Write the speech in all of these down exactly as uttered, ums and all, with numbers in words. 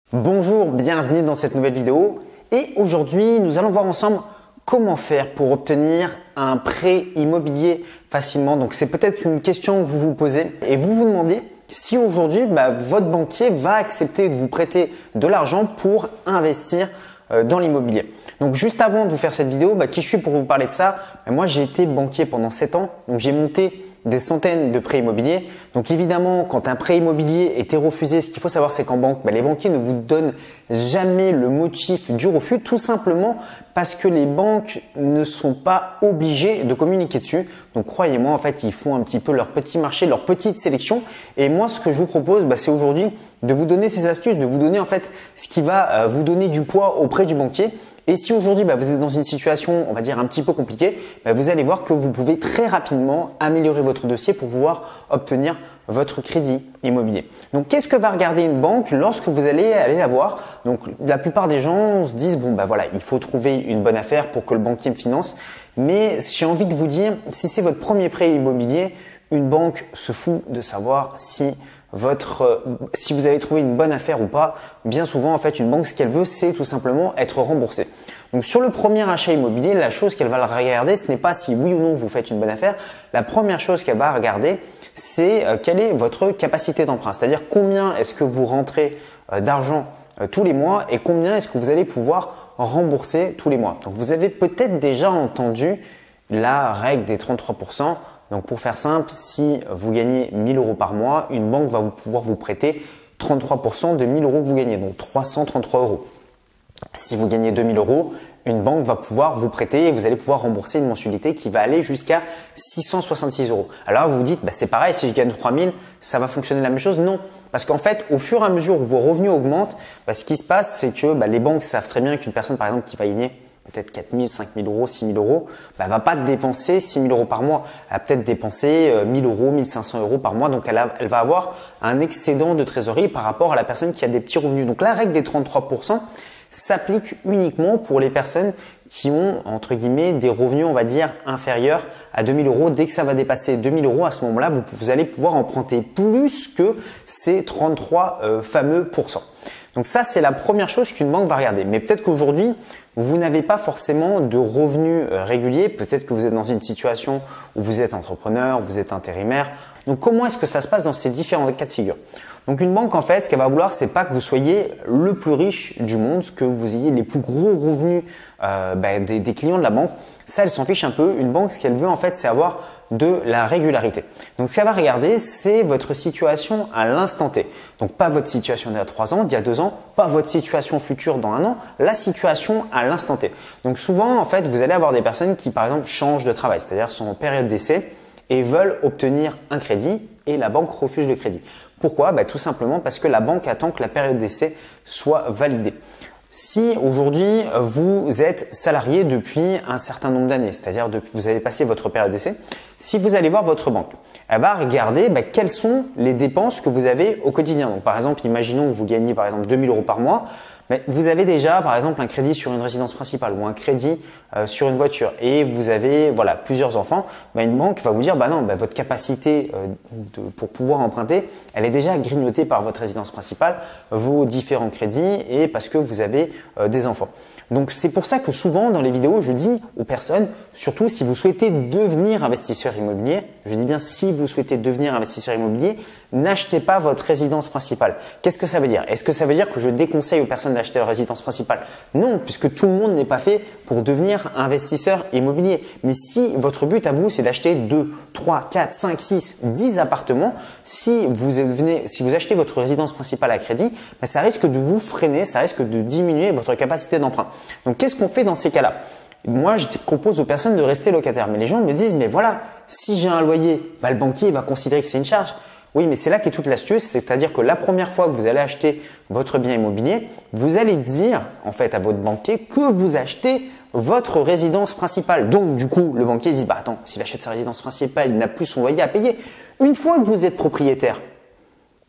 Bonjour, bienvenue dans cette nouvelle vidéo et aujourd'hui nous allons voir ensemble comment faire pour obtenir un prêt immobilier facilement. Donc c'est peut-être une question que vous vous posez et vous vous demandez si aujourd'hui bah, votre banquier va accepter de vous prêter de l'argent pour investir euh, dans l'immobilier. Donc juste avant de vous faire cette vidéo, bah, qui je suis pour vous parler de ça? Bah, moi j'ai été banquier pendant sept ans, donc j'ai monté des centaines de prêts immobiliers. Donc évidemment, quand un prêt immobilier était refusé, ce qu'il faut savoir, c'est qu'en banque, bah, les banquiers ne vous donnent jamais le motif du refus, tout simplement parce que les banques ne sont pas obligées de communiquer dessus. Donc croyez-moi, en fait, ils font un petit peu leur petit marché, leur petite sélection. Et moi, ce que je vous propose, bah, c'est aujourd'hui de vous donner ces astuces, de vous donner en fait ce qui va euh, vous donner du poids auprès du banquier. Et si aujourd'hui bah, vous êtes dans une situation, on va dire un petit peu compliquée, bah, vous allez voir que vous pouvez très rapidement améliorer votre dossier pour pouvoir obtenir votre crédit immobilier. Donc, qu'est-ce que va regarder une banque lorsque vous allez aller la voir? Donc, la plupart des gens se disent bon bah voilà, il faut trouver une bonne affaire pour que le banquier me finance. Mais j'ai envie de vous dire, si c'est votre premier prêt immobilier, une banque se fout de savoir si votre, si vous avez trouvé une bonne affaire ou pas. Bien souvent, en fait, une banque, ce qu'elle veut, c'est tout simplement être remboursée. Donc, sur le premier achat immobilier, la chose qu'elle va regarder, ce n'est pas si oui ou non vous faites une bonne affaire. La première chose qu'elle va regarder, c'est euh, quelle est votre capacité d'emprunt. C'est-à-dire combien est-ce que vous rentrez euh, d'argent euh, tous les mois et combien est-ce que vous allez pouvoir rembourser tous les mois. Donc, vous avez peut-être déjà entendu la règle des trente-trois pour cent. Donc, pour faire simple, si vous gagnez mille euros par mois, une banque va vous pouvoir vous prêter trente-trois pour cent de mille euros que vous gagnez, donc trois cent trente-trois euros. Si vous gagnez deux mille euros, une banque va pouvoir vous prêter et vous allez pouvoir rembourser une mensualité qui va aller jusqu'à six cent soixante-six euros. Alors, vous vous dites, bah, c'est pareil, si je gagne trois mille, ça va fonctionner la même chose? Non. Parce qu'en fait, au fur et à mesure où vos revenus augmentent, bah, ce qui se passe, c'est que bah, les banques savent très bien qu'une personne, par exemple, qui va gagner peut-être quatre mille, cinq mille euros, six mille euros, bah, elle va pas dépenser six mille euros par mois. Elle va peut-être dépenser euh, mille euros, mille cinq cents euros par mois. Donc, elle, a, elle va avoir un excédent de trésorerie par rapport à la personne qui a des petits revenus. Donc, la règle des trente-trois pour cent s'applique uniquement pour les personnes qui ont, entre guillemets, des revenus, on va dire, inférieurs à deux mille euros. Dès que ça va dépasser deux mille euros, à ce moment-là, vous, vous allez pouvoir emprunter plus que ces trente-trois euh, fameux pourcents. Donc ça, c'est la première chose qu'une banque va regarder. Mais peut-être qu'aujourd'hui, vous n'avez pas forcément de revenus réguliers. Peut-être que vous êtes dans une situation où vous êtes entrepreneur, vous êtes intérimaire. Donc, comment est-ce que ça se passe dans ces différents cas de figure? Donc, une banque, en fait, ce qu'elle va vouloir, c'est pas que vous soyez le plus riche du monde, que vous ayez les plus gros revenus euh, ben, des, des clients de la banque. Ça, elle s'en fiche un peu. Une banque, ce qu'elle veut, en fait, c'est avoir de la régularité. Donc, ce qu'elle va regarder, c'est votre situation à l'instant T. Donc, pas votre situation d'il y a trois ans, d'il y a deux ans, pas votre situation future dans un an, la situation à l'instant T. Donc, souvent, en fait, vous allez avoir des personnes qui, par exemple, changent de travail, c'est-à-dire sont en période d'essai et veulent obtenir un crédit et la banque refuse le crédit. Pourquoi? Bah, tout simplement parce que la banque attend que la période d'essai soit validée. Si aujourd'hui vous êtes salarié depuis un certain nombre d'années, c'est-à-dire que vous avez passé votre période d'essai, si vous allez voir votre banque, elle va regarder bah, quelles sont les dépenses que vous avez au quotidien. Donc, par exemple, imaginons que vous gagnez par exemple deux mille euros par mois, mais vous avez déjà par exemple un crédit sur une résidence principale ou un crédit euh, sur une voiture et vous avez voilà plusieurs enfants, bah, une banque va vous dire bah non, bah, votre capacité euh, de, pour pouvoir emprunter, elle est déjà grignotée par votre résidence principale, vos différents crédits et parce que vous avez euh, des enfants. Donc c'est pour ça que souvent dans les vidéos, je dis aux personnes, surtout si vous souhaitez devenir investisseur immobilier, je dis bien si vous souhaitez devenir investisseur immobilier, n'achetez pas votre résidence principale. Qu'est-ce que ça veut dire? Est-ce que ça veut dire que je déconseille aux personnes d'acheter leur résidence principale? Non, puisque tout le monde n'est pas fait pour devenir investisseur immobilier. Mais si votre but à vous, c'est d'acheter deux, trois, quatre, cinq, six, dix appartements, si vous venez, si vous achetez votre résidence principale à crédit, ben ça risque de vous freiner, ça risque de diminuer votre capacité d'emprunt. Donc, qu'est-ce qu'on fait dans ces cas-là? Moi, je propose aux personnes de rester locataires. Mais les gens me disent, mais voilà, si j'ai un loyer, bah, le banquier va considérer que c'est une charge. Oui, mais c'est là qu'est toute l'astuce, c'est-à-dire que la première fois que vous allez acheter votre bien immobilier, vous allez dire en fait à votre banquier que vous achetez votre résidence principale. Donc, du coup, le banquier se dit, bah attends, s'il achète sa résidence principale, il n'a plus son loyer à payer. Une fois que vous êtes propriétaire,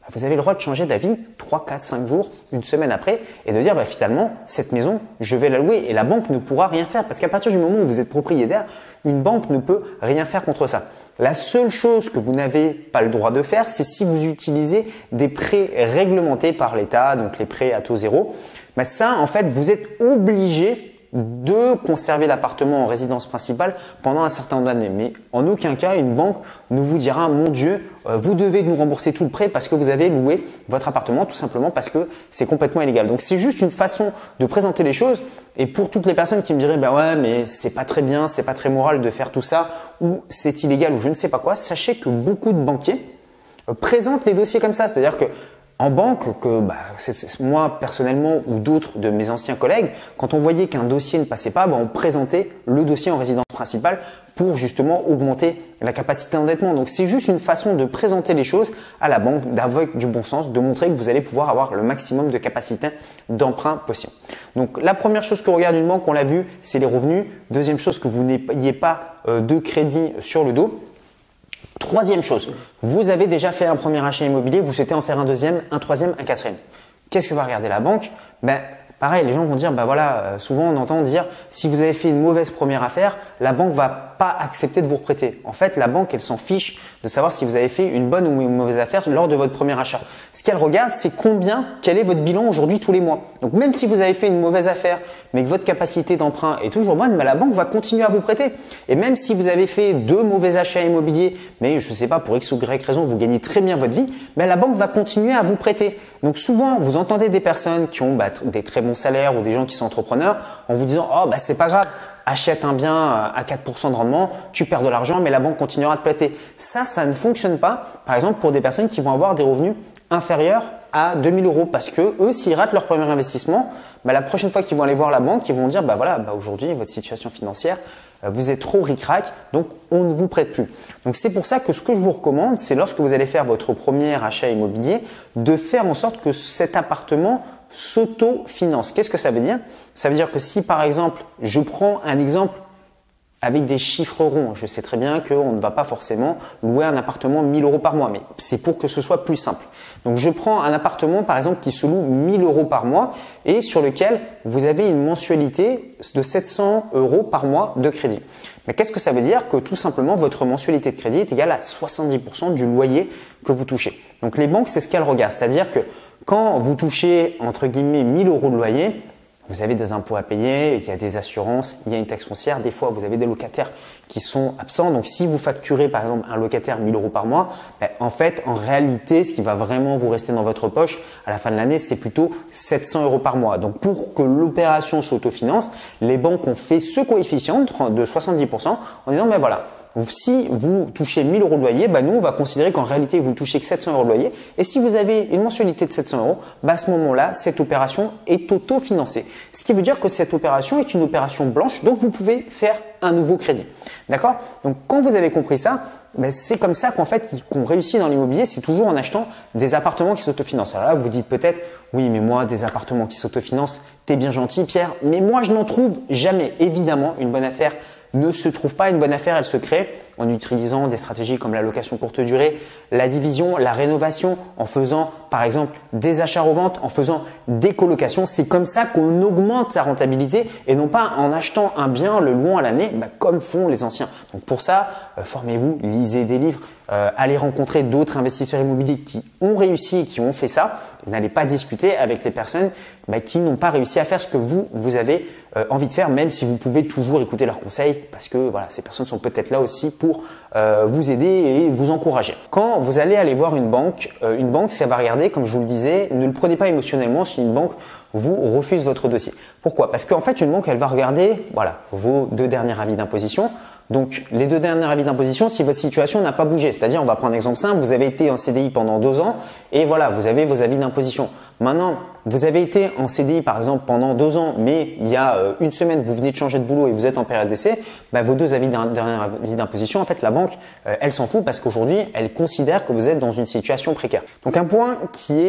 vous avez le droit de changer d'avis trois, quatre, cinq jours, une semaine après et de dire bah, finalement cette maison je vais la louer et la banque ne pourra rien faire parce qu'à partir du moment où vous êtes propriétaire, une banque ne peut rien faire contre ça. La seule chose que vous n'avez pas le droit de faire, c'est si vous utilisez des prêts réglementés par l'État, donc les prêts à taux zéro. Mais ça, en fait, vous êtes obligé de conserver l'appartement en résidence principale pendant un certain nombre d'années. Mais en aucun cas, une banque ne vous dira « Mon Dieu, vous devez nous rembourser tout le prêt parce que vous avez loué votre appartement tout simplement parce que c'est complètement illégal. » Donc, c'est juste une façon de présenter les choses. Et pour toutes les personnes qui me diraient bah « Ouais, mais c'est pas très bien, c'est pas très moral de faire tout ça ou c'est illégal ou je ne sais pas quoi », sachez que beaucoup de banquiers présentent les dossiers comme ça. C'est-à-dire que en banque, que bah, c'est, c'est moi personnellement ou d'autres de mes anciens collègues, quand on voyait qu'un dossier ne passait pas, bah, on présentait le dossier en résidence principale pour justement augmenter la capacité d'endettement. Donc c'est juste une façon de présenter les choses à la banque avec du bon sens, de montrer que vous allez pouvoir avoir le maximum de capacité d'emprunt possible. Donc la première chose que regarde une banque, on l'a vu, c'est les revenus. Deuxième chose, que vous n'ayez pas euh, de crédit sur le dos. Troisième chose, vous avez déjà fait un premier achat immobilier, vous souhaitez en faire un deuxième, un troisième, un quatrième. Qu'est-ce que va regarder la banque? Ben, pareil, les gens vont dire, ben voilà, souvent on entend dire, si vous avez fait une mauvaise première affaire, la banque va pas accepter de vous reprêter. En fait, la banque, elle s'en fiche de savoir si vous avez fait une bonne ou une mauvaise affaire lors de votre premier achat. Ce qu'elle regarde, c'est combien, quel est votre bilan aujourd'hui tous les mois. Donc, même si vous avez fait une mauvaise affaire, mais que votre capacité d'emprunt est toujours bonne, ben, la banque va continuer à vous prêter. Et même si vous avez fait deux mauvais achats immobiliers, mais je ne sais pas, pour X ou Y raison, vous gagnez très bien votre vie, ben, la banque va continuer à vous prêter. Donc, souvent, vous entendez des personnes qui ont bah, des très bons salaires ou des gens qui sont entrepreneurs en vous disant « Oh, bah, c'est pas grave. Achète un bien à quatre pour cent de rendement, tu perds de l'argent, mais la banque continuera de prêter. » Ça, ça ne fonctionne pas. Par exemple, pour des personnes qui vont avoir des revenus inférieurs à deux mille euros parce que eux, s'ils ratent leur premier investissement, bah, la prochaine fois qu'ils vont aller voir la banque, ils vont dire bah voilà, bah, aujourd'hui, votre situation financière, euh, vous êtes trop ric-rac, donc on ne vous prête plus. Donc, c'est pour ça que ce que je vous recommande, c'est lorsque vous allez faire votre premier achat immobilier, de faire en sorte que cet appartement s'auto-finance. Qu'est-ce que ça veut dire? Ça veut dire que si par exemple, je prends un exemple avec des chiffres ronds, je sais très bien qu'on ne va pas forcément louer un appartement mille euros par mois, mais c'est pour que ce soit plus simple. Donc, je prends un appartement par exemple qui se loue mille euros par mois et sur lequel vous avez une mensualité de sept cents euros par mois de crédit. Mais qu'est-ce que ça veut dire? Que tout simplement, votre mensualité de crédit est égale à soixante-dix pour cent du loyer que vous touchez. Donc, les banques, c'est ce qu'elles regardent. C'est-à-dire que quand vous touchez, entre guillemets, mille euros de loyer, vous avez des impôts à payer, il y a des assurances, il y a une taxe foncière. Des fois, vous avez des locataires qui sont absents. Donc, si vous facturez par exemple un locataire mille euros par mois, ben, en fait, en réalité, ce qui va vraiment vous rester dans votre poche à la fin de l'année, c'est plutôt sept cents euros par mois. Donc, pour que l'opération s'autofinance, les banques ont fait ce coefficient de soixante-dix pour cent en disant, ben voilà, si vous touchez mille euros de loyer, ben nous, on va considérer qu'en réalité, vous ne touchez que sept cents euros de loyer. Et si vous avez une mensualité de sept cents euros, ben à ce moment-là, cette opération est autofinancée. Ce qui veut dire que cette opération est une opération blanche, donc vous pouvez faire un nouveau crédit. D'accord? Donc, quand vous avez compris ça, ben c'est comme ça qu'en fait, qu'on réussit dans l'immobilier, c'est toujours en achetant des appartements qui s'autofinancent. Alors là, vous dites peut-être, oui, mais moi, des appartements qui s'autofinancent, t'es bien gentil, Pierre, mais moi, je n'en trouve jamais. Évidemment, une bonne affaire ne se trouve pas. Une bonne affaire, elle se crée en utilisant des stratégies comme la location courte durée, la division, la rénovation, en faisant par exemple des achats-reventes, en faisant des colocations. C'est comme ça qu'on augmente sa rentabilité et non pas en achetant un bien, le louant à l'année, bah, comme font les anciens. Donc pour ça, euh, formez-vous, lisez des livres, euh, allez rencontrer d'autres investisseurs immobiliers qui ont réussi et qui ont fait ça. N'allez pas discuter avec les personnes bah, qui n'ont pas réussi à faire ce que vous, vous avez euh, envie de faire, même si vous pouvez toujours écouter leurs conseils parce que voilà, ces personnes sont peut-être là aussi pour euh, vous aider et vous encourager. Quand vous allez aller voir une banque, euh, une banque, ça va regarder, comme je vous le disais, ne le prenez pas émotionnellement si une banque vous refuse votre dossier. Pourquoi? Parce qu'en fait, une banque, elle va regarder voilà, vos deux derniers avis d'imposition. Donc, les deux derniers avis d'imposition, si votre situation n'a pas bougé, c'est-à-dire, on va prendre un exemple simple, vous avez été en C D I pendant deux ans et voilà, vous avez vos avis d'imposition. Maintenant, vous avez été en C D I par exemple pendant deux ans, mais il y a euh, une semaine, vous venez de changer de boulot et vous êtes en période d'essai, bah, vos deux avis derniers d'imposition, en fait, la banque, euh, elle s'en fout parce qu'aujourd'hui, elle considère que vous êtes dans une situation précaire. Donc, un point qui est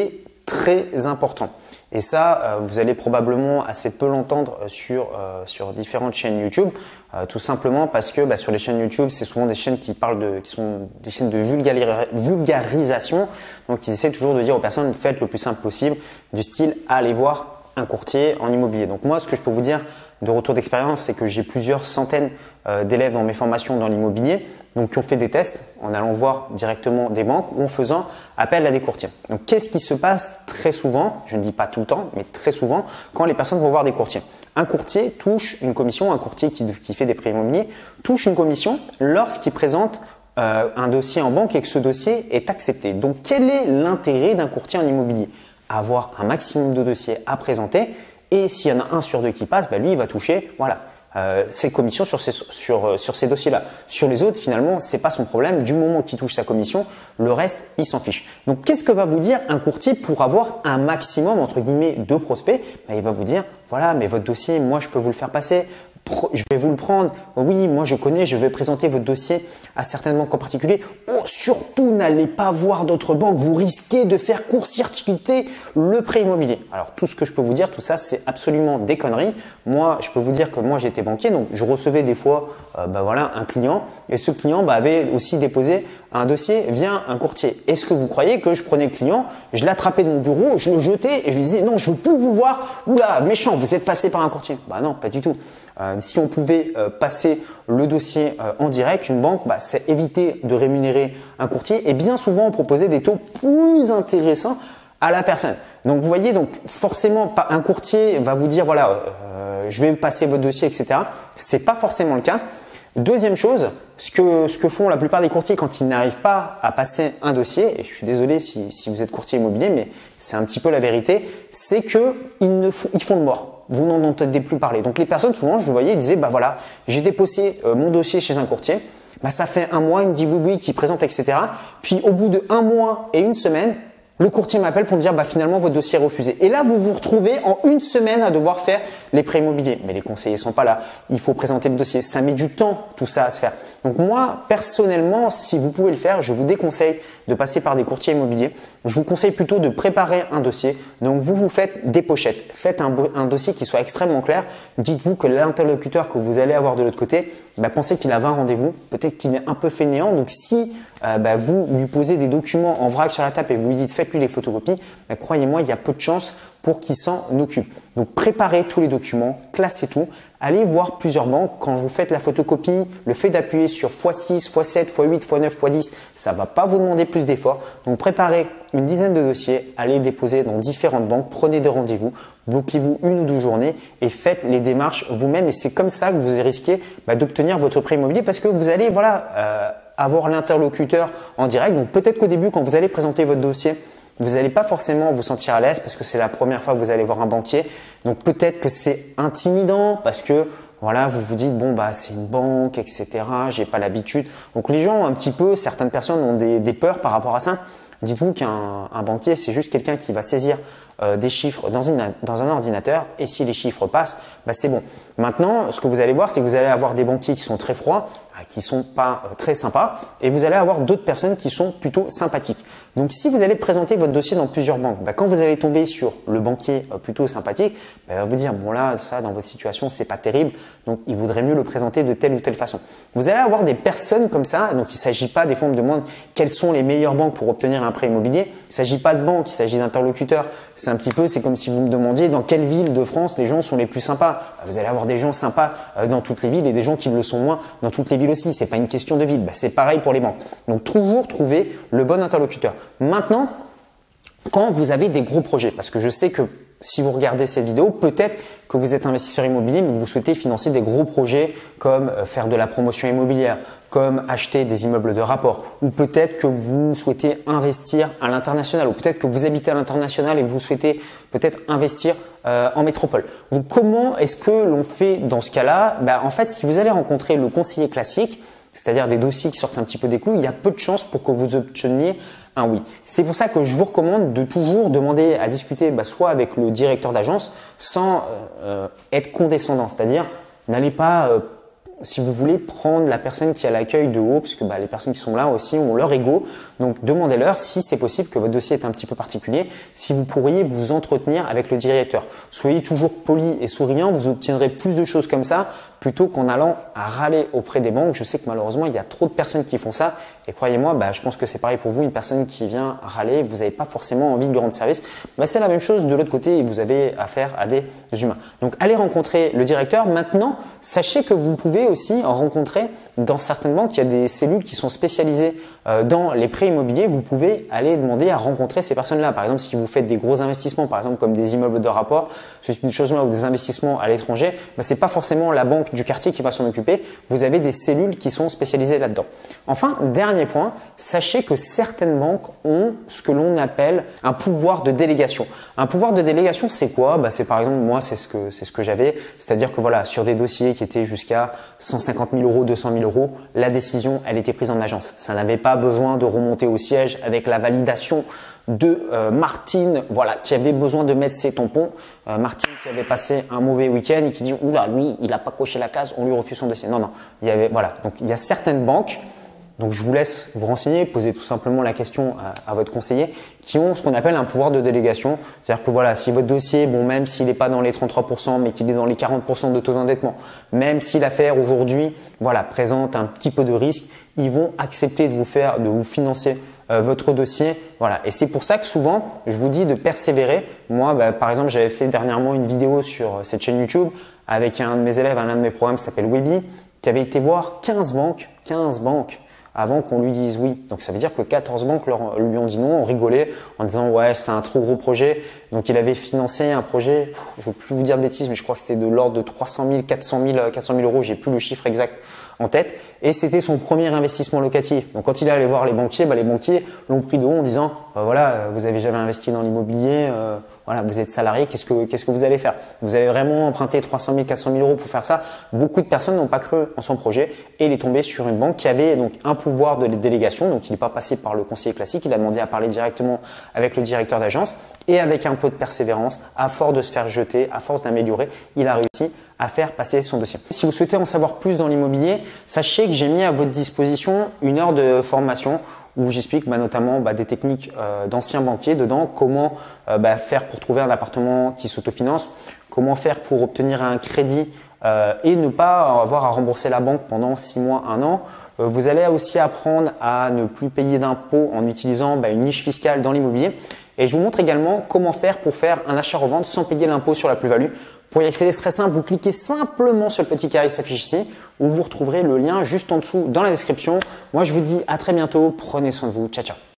très important. Et ça, euh, vous allez probablement assez peu l'entendre sur euh, sur différentes chaînes YouTube, euh, tout simplement parce que bah, sur les chaînes YouTube, c'est souvent des chaînes qui parlent de, qui sont des chaînes de vulgari- vulgarisation. Donc, ils essaient toujours de dire aux personnes faites le plus simple possible, du style allez voir un courtier en immobilier. Donc moi, ce que je peux vous dire de retour d'expérience, c'est que j'ai plusieurs centaines euh, d'élèves dans mes formations dans l'immobilier, donc qui ont fait des tests en allant voir directement des banques ou en faisant appel à des courtiers. Donc qu'est-ce qui se passe très souvent, je ne dis pas tout le temps, mais très souvent, quand les personnes vont voir des courtiers. Un courtier touche une commission, un courtier qui, qui fait des prêts immobiliers touche une commission lorsqu'il présente euh, un dossier en banque et que ce dossier est accepté. Donc quel est l'intérêt d'un courtier en immobilier? Avoir un maximum de dossiers à présenter et s'il y en a un sur deux qui passe, bah lui il va toucher voilà euh, ses commissions sur ces sur euh, sur ces dossiers-là. Sur les autres, finalement, c'est pas son problème. Du moment qu'il touche sa commission, le reste il s'en fiche. Donc qu'est-ce que va vous dire un courtier pour avoir un maximum entre guillemets de prospects? Bah, il va vous dire voilà, mais votre dossier, moi je peux vous le faire passer. Je vais vous le prendre. Oui, moi je connais, je vais présenter votre dossier à certaines banques en particulier. Oh, surtout n'allez pas voir d'autres banques, vous risquez de faire court-circuiter le prêt immobilier. Alors tout ce que je peux vous dire, tout ça c'est absolument des conneries. Moi, je peux vous dire que moi j'étais banquier, donc je recevais des fois euh, bah, voilà, un client et ce client bah, avait aussi déposé un dossier via un courtier. Est-ce que vous croyez que je prenais le client, je l'attrapais de mon bureau, je le jetais et je lui disais non, je veux plus vous voir. Oula, méchant, vous êtes passé par un courtier. Bah non, pas du tout. Euh, si on pouvait euh, passer le dossier euh, en direct, une banque, bah, c'est éviter de rémunérer un courtier et bien souvent on proposait des taux plus intéressants à la personne. Donc vous voyez, donc forcément un courtier va vous dire voilà, euh, je vais passer votre dossier, et cetera. C'est pas forcément le cas. Deuxième chose, ce que, ce que font la plupart des courtiers quand ils n'arrivent pas à passer un dossier, et je suis désolé si, si vous êtes courtier immobilier, mais c'est un petit peu la vérité, c'est que ils ne font, ils font de mort. Vous n'en entendez plus parler. Donc les personnes, souvent, je voyais, ils disaient, bah voilà, j'ai déposé euh, mon dossier chez un courtier, bah ça fait un mois, il me dit oui, oui, qui présente, et cetera. Puis au bout de un mois et une semaine, le courtier m'appelle pour me dire bah finalement votre dossier est refusé. Et là vous vous retrouvez en une semaine à devoir faire les prêts immobiliers. Mais les conseillers sont pas là. Il faut présenter le dossier. Ça met du temps tout ça à se faire. Donc moi personnellement, si vous pouvez le faire, je vous déconseille de passer par des courtiers immobiliers. Je vous conseille plutôt de préparer un dossier. Donc vous vous faites des pochettes. Faites un, un dossier qui soit extrêmement clair. Dites-vous que l'interlocuteur que vous allez avoir de l'autre côté, bah, pensez qu'il a vingt rendez-vous. Peut-être qu'il est un peu fainéant. Donc si euh, bah, vous lui posez des documents en vrac sur la table et vous lui dites faites lui les photocopies, mais croyez-moi, il y a peu de chances pour qu'il s'en occupe. Donc préparez tous les documents, classez tout, allez voir plusieurs banques. Quand vous faites la photocopie, le fait d'appuyer sur fois six, fois sept, fois huit, fois neuf, fois dix, ça ne va pas vous demander plus d'efforts. Donc préparez une dizaine de dossiers, allez déposer dans différentes banques, prenez des rendez-vous, bloquez-vous une ou deux journées et faites les démarches vous-même. Et c'est comme ça que vous risquez bah, d'obtenir votre prêt immobilier parce que vous allez voilà, euh, avoir l'interlocuteur en direct. Donc peut-être qu'au début, quand vous allez présenter votre dossier, vous n'allez pas forcément vous sentir à l'aise parce que c'est la première fois que vous allez voir un banquier. Donc peut-être que c'est intimidant parce que voilà, vous vous dites bon bah c'est une banque, et cetera. J'ai pas l'habitude. Donc les gens un petit peu, certaines personnes ont des, des peurs par rapport à ça. Dites-vous qu'un un banquier, c'est juste quelqu'un qui va saisir euh, des chiffres dans, une, dans un ordinateur et si les chiffres passent, bah, c'est bon. Maintenant, ce que vous allez voir, c'est que vous allez avoir des banquiers qui sont très froids, qui sont pas euh, très sympas et vous allez avoir d'autres personnes qui sont plutôt sympathiques. Donc, si vous allez présenter votre dossier dans plusieurs banques, bah, quand vous allez tomber sur le banquier euh, plutôt sympathique, bah, il va vous dire bon là, ça dans votre situation, c'est pas terrible, donc il vaudrait mieux le présenter de telle ou telle façon. Vous allez avoir des personnes comme ça, donc il ne s'agit pas, des fois on me demande quelles sont les meilleures banques pour obtenir un prêt immobilier. Il ne s'agit pas de banque, il s'agit d'interlocuteurs. C'est un petit peu, c'est comme si vous me demandiez dans quelle ville de France les gens sont les plus sympas. Bah, vous allez avoir des gens sympas euh, dans toutes les villes et des gens qui le sont moins dans toutes les villes aussi. C'est pas une question de ville. Bah, c'est pareil pour les banques. Donc toujours trouver le bon interlocuteur. Maintenant, quand vous avez des gros projets, parce que je sais que si vous regardez cette vidéo, peut-être que vous êtes investisseur immobilier, mais que vous souhaitez financer des gros projets comme faire de la promotion immobilière, comme acheter des immeubles de rapport, ou peut-être que vous souhaitez investir à l'international, ou peut-être que vous habitez à l'international et que vous souhaitez peut-être investir euh, en métropole. Donc, comment est-ce que l'on fait dans ce cas-là? Ben, en fait, si vous allez rencontrer le conseiller classique, c'est-à-dire des dossiers qui sortent un petit peu des clous, il y a peu de chances pour que vous obteniez un oui. C'est pour ça que je vous recommande de toujours demander à discuter bah, soit avec le directeur d'agence sans euh, être condescendant, c'est-à-dire n'allez pas euh, si vous voulez prendre la personne qui a l'accueil de haut, parce que bah, les personnes qui sont là aussi ont leur ego, donc demandez-leur si c'est possible que votre dossier est un petit peu particulier, si vous pourriez vous entretenir avec le directeur. Soyez toujours poli et souriant, vous obtiendrez plus de choses comme ça plutôt qu'en allant à râler auprès des banques. Je sais que malheureusement, il y a trop de personnes qui font ça et croyez-moi, bah, je pense que c'est pareil pour vous, une personne qui vient râler, vous n'avez pas forcément envie de lui rendre service. Bah, c'est la même chose de l'autre côté et vous avez affaire à des humains. Donc, allez rencontrer le directeur. Maintenant, sachez que vous pouvez aussi rencontrer dans certaines banques, il y a des cellules qui sont spécialisées euh, dans les prêts immobiliers. Vous pouvez aller demander à rencontrer ces personnes-là. Par exemple, si vous faites des gros investissements, par exemple comme des immeubles de rapport, ce type de choses-là ou des investissements à l'étranger, bah, c'est pas forcément la banque du quartier qui va s'en occuper. Vous avez des cellules qui sont spécialisées là-dedans. Enfin, dernier point, sachez que certaines banques ont ce que l'on appelle un pouvoir de délégation. Un pouvoir de délégation, c'est quoi? Bah, c'est par exemple, moi, c'est ce que c'est ce que j'avais, c'est-à-dire que voilà, sur des dossiers qui étaient jusqu'à cent cinquante mille euros, deux cent mille euros, la décision, elle était prise en agence. Ça n'avait pas besoin de remonter au siège avec la validation de euh, Martine, voilà, qui avait besoin de mettre ses tampons. Euh, Martine qui avait passé un mauvais week-end et qui dit oula, lui, il n'a pas coché la case, on lui refuse son dossier. Non, non, il y avait, voilà. Donc il y a certaines banques. Donc je vous laisse vous renseigner, poser tout simplement la question à, à votre conseiller, qui ont ce qu'on appelle un pouvoir de délégation. C'est-à-dire que voilà, si votre dossier, bon, même s'il n'est pas dans les trente-trois pour cent, mais qu'il est dans les quarante pour cent de taux d'endettement, même si l'affaire aujourd'hui, voilà, présente un petit peu de risque, ils vont accepter de vous faire, de vous financer euh, votre dossier. Voilà. Et c'est pour ça que souvent, je vous dis de persévérer. Moi, bah, par exemple, j'avais fait dernièrement une vidéo sur cette chaîne YouTube avec un de mes élèves, un de mes programmes qui s'appelle Webi, qui avait été voir quinze banques, quinze banques. Avant qu'on lui dise oui. Donc ça veut dire que quatorze banques leur, lui ont dit non, on rigolait en disant ouais, c'est un trop gros projet. Donc il avait financé un projet, je ne veux plus vous dire de bêtises, mais je crois que c'était de l'ordre de trois cent mille, quatre cent mille, quatre cent mille euros, j'ai plus le chiffre exact en tête. Et c'était son premier investissement locatif. Donc quand il est allé voir les banquiers, bah, les banquiers l'ont pris de haut en disant bah, voilà, vous avez jamais investi dans l'immobilier, euh, voilà, vous êtes salarié, qu'est-ce que qu'est-ce que vous allez faire? Vous allez vraiment emprunter trois cent mille, quatre cent mille euros pour faire ça? Beaucoup de personnes n'ont pas cru en son projet et il est tombé sur une banque qui avait donc un pouvoir de délégation. Donc il n'est pas passé par le conseiller classique, il a demandé à parler directement avec le directeur d'agence et avec un peu de persévérance, à force de se faire jeter, à force d'améliorer, il a réussi à faire passer son dossier. Si vous souhaitez en savoir plus dans l'immobilier, sachez que j'ai mis à votre disposition une heure de formation où j'explique bah, notamment bah, des techniques euh, d'anciens banquiers dedans, comment euh, bah, faire pour trouver un appartement qui s'autofinance, comment faire pour obtenir un crédit euh, et ne pas avoir à rembourser la banque pendant six mois, un an. Euh, vous allez aussi apprendre à ne plus payer d'impôts en utilisant bah, une niche fiscale dans l'immobilier. Et je vous montre également comment faire pour faire un achat-revente sans payer l'impôt sur la plus-value. Pour y accéder, c'est très simple, vous cliquez simplement sur le petit carré qui s'affiche ici ou vous retrouverez le lien juste en dessous dans la description. Moi, je vous dis à très bientôt. Prenez soin de vous. Ciao, ciao.